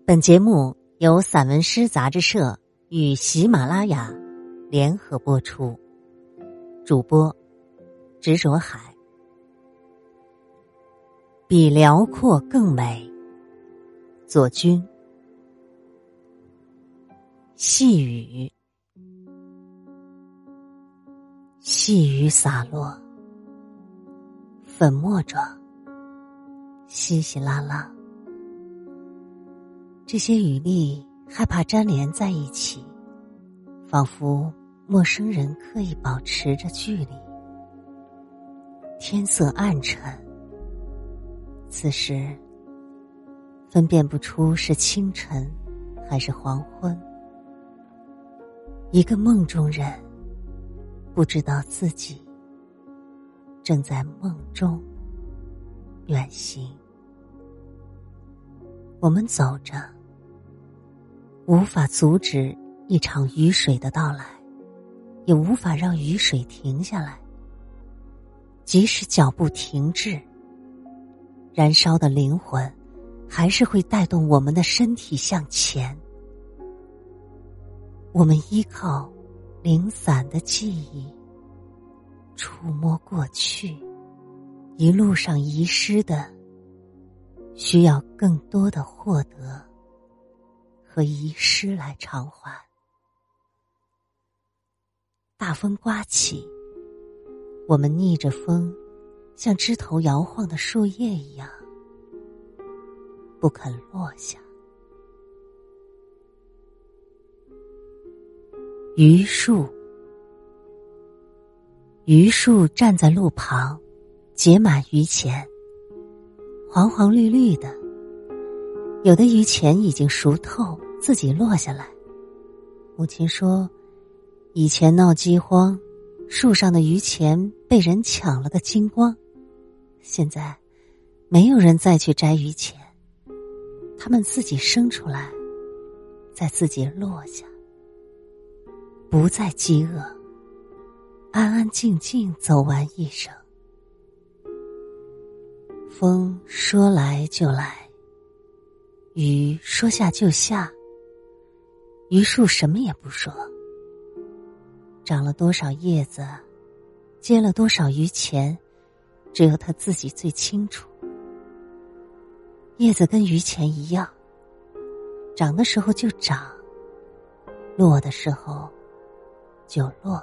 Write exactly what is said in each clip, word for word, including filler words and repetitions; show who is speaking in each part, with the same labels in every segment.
Speaker 1: 本节目由散文诗杂志社与喜马拉雅联合播出，主播执着海。比辽阔更美，左君。细雨，细雨洒落，粉末状，稀稀拉拉。这些雨粒害怕粘连在一起，仿佛陌生人刻意保持着距离。天色暗沉，此时分辨不出是清晨还是黄昏。一个梦中人不知道自己正在梦中远行。我们走着，无法阻止一场雨水的到来，也无法让雨水停下来。即使脚步停滞，燃烧的灵魂还是会带动我们的身体向前。我们依靠零散的记忆，触摸过去，一路上遗失的，需要更多的获得和遗失来偿还。大风刮起，我们逆着风，像枝头摇晃的树叶一样，不肯落下。榆树，榆树站在路旁，结满榆钱，黄黄绿绿的，有的榆钱已经熟透，自己落下来。母亲说，以前闹饥荒，树上的榆钱被人抢了个精光，现在没有人再去摘榆钱，它们自己生出来，再自己落下，不再饥饿，安安静静走完一生。风说来就来，雨说下就下，榆树什么也不说，长了多少叶子，结了多少榆钱，只有它自己最清楚。叶子跟榆钱一样，长的时候就长，落的时候就落。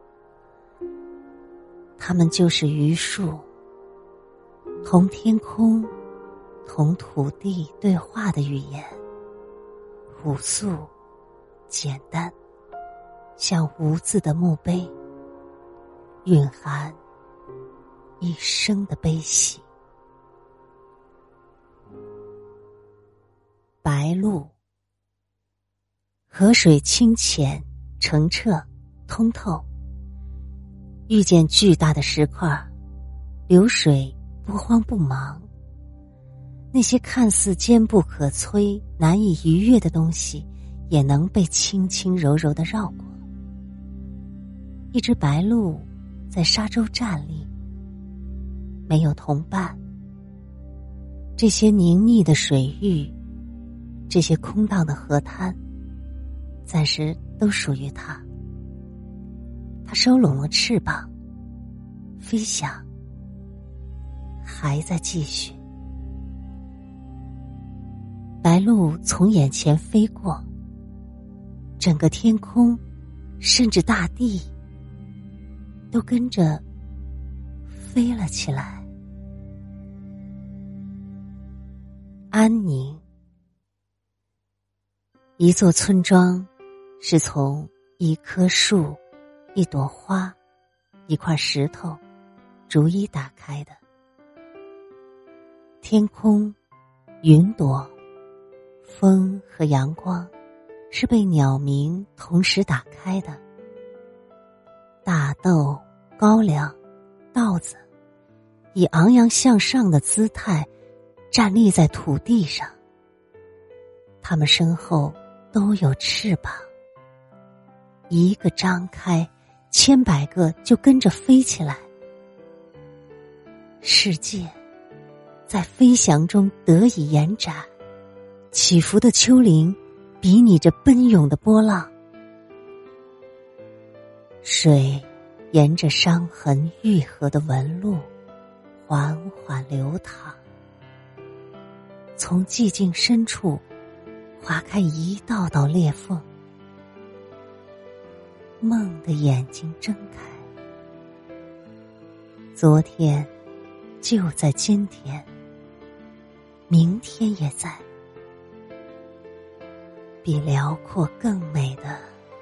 Speaker 1: 它们就是榆树，同天空同土地对话的语言，朴素简单，像无字的墓碑，蕴含一生的悲喜。白鹭，河水清浅澄澈通透，遇见巨大的石块，流水不慌不忙，那些看似坚不可摧难以逾越的东西也能被轻轻柔柔地绕过。一只白鹭在沙洲站立，没有同伴，这些凝腻的水域，这些空荡的河滩，暂时都属于它。它收拢了翅膀，飞翔，还在继续。白鹭从眼前飞过，整个天空，甚至大地，都跟着飞了起来。安宁，一座村庄是从一棵树、一朵花、一块石头逐一打开的。天空、云朵、风和阳光是被鸟鸣同时打开的。大豆、高粱、稻子以昂扬向上的姿态站立在土地上，它们身后都有翅膀，一个张开，千百个就跟着飞起来。世界在飞翔中得以延展， 起伏的丘陵比拟着奔涌的波浪，水沿着伤痕愈合的纹路缓缓流淌，从寂静深处划开一道道裂缝。梦的眼睛睁开，昨天就在今天，明天也在。比辽阔更美的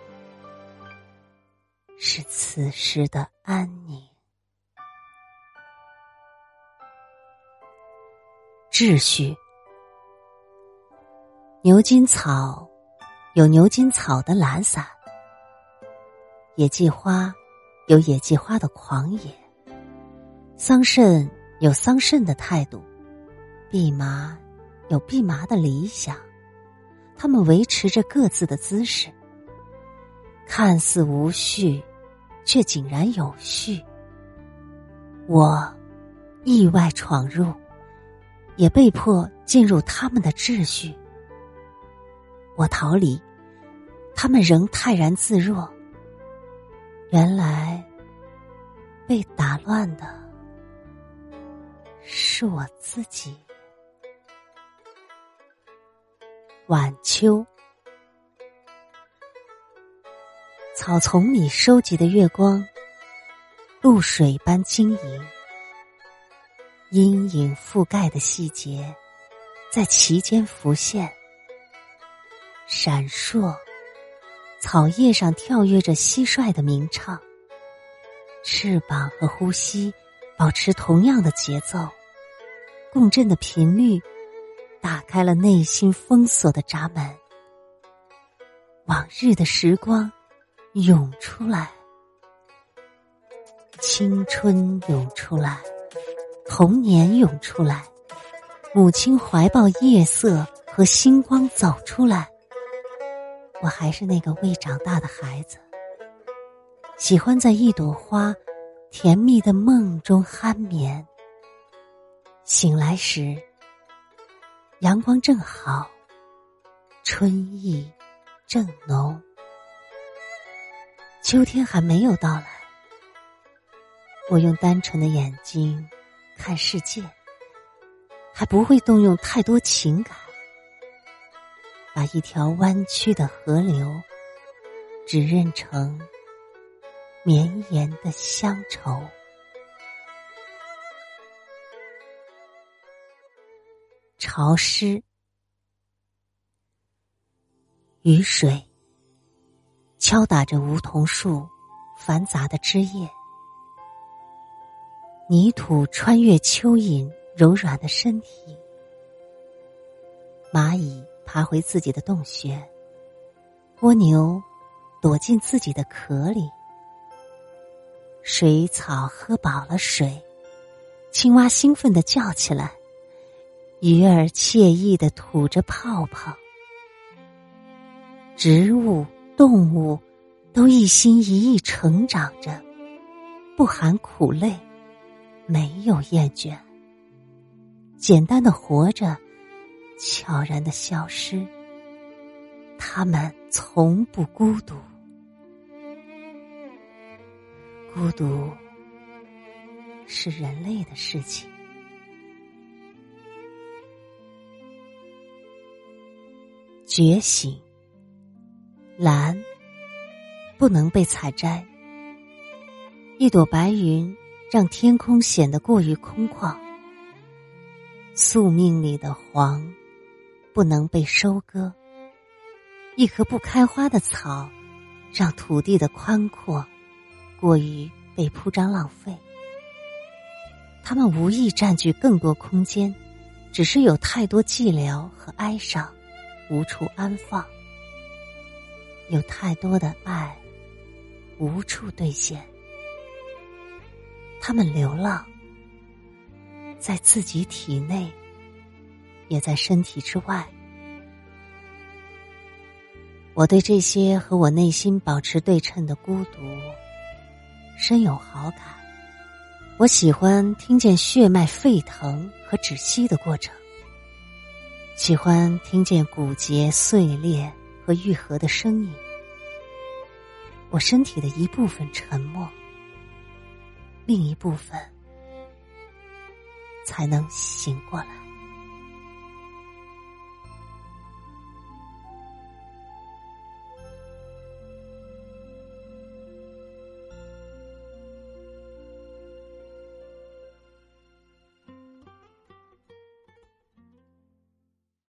Speaker 1: 是此时的安宁。秩序。牛筋草有牛筋草的懒散，野蓟花有野蓟花的狂野，桑葚有桑葚的态度，蓖麻有蓖麻的理想。他们维持着各自的姿势，看似无序，却井然有序。我意外闯入，也被迫进入他们的秩序。我逃离，他们仍泰然自若。原来被打乱的是我自己。晚秋，草丛里收集的月光，露水般晶莹，阴影覆盖的细节在其间浮现，闪烁。草叶上跳跃着蟋蟀的鸣唱，翅膀和呼吸保持同样的节奏，共振的频率打开了内心封锁的闸门。往日的时光涌出来，青春涌出来，童年涌出来，母亲怀抱夜色和星光走出来。我还是那个未长大的孩子，喜欢在一朵花甜蜜的梦中酣眠。醒来时，阳光正好，春意正浓。秋天还没有到来，我用单纯的眼睛看世界，还不会动用太多情感，把一条弯曲的河流只认成绵延的乡愁。潮湿。雨水敲打着梧桐树繁杂的枝叶，泥土穿越蚯蚓柔软的身体，蚂蚁爬回自己的洞穴，蜗牛躲进自己的壳里，水草喝饱了水，青蛙兴奋地叫起来，鱼儿惬意地吐着泡泡。植物、动物都一心一意成长着，不含苦累，没有厌倦，简单的活着，悄然的消失。他们从不孤独，孤独是人类的事情。觉醒。蓝不能被采摘，一朵白云让天空显得过于空旷。宿命里的黄不能被收割，一棵不开花的草让土地的宽阔过于被铺张浪费。它们无意占据更多空间，只是有太多寂寥和哀伤无处安放，有太多的爱无处兑现。他们流浪，在自己体内，也在身体之外。我对这些和我内心保持对称的孤独深有好感。我喜欢听见血脉沸腾和止息的过程， 喜欢听见骨节碎裂和愈合的声音。我身体的一部分沉默，另一部分才能醒过来。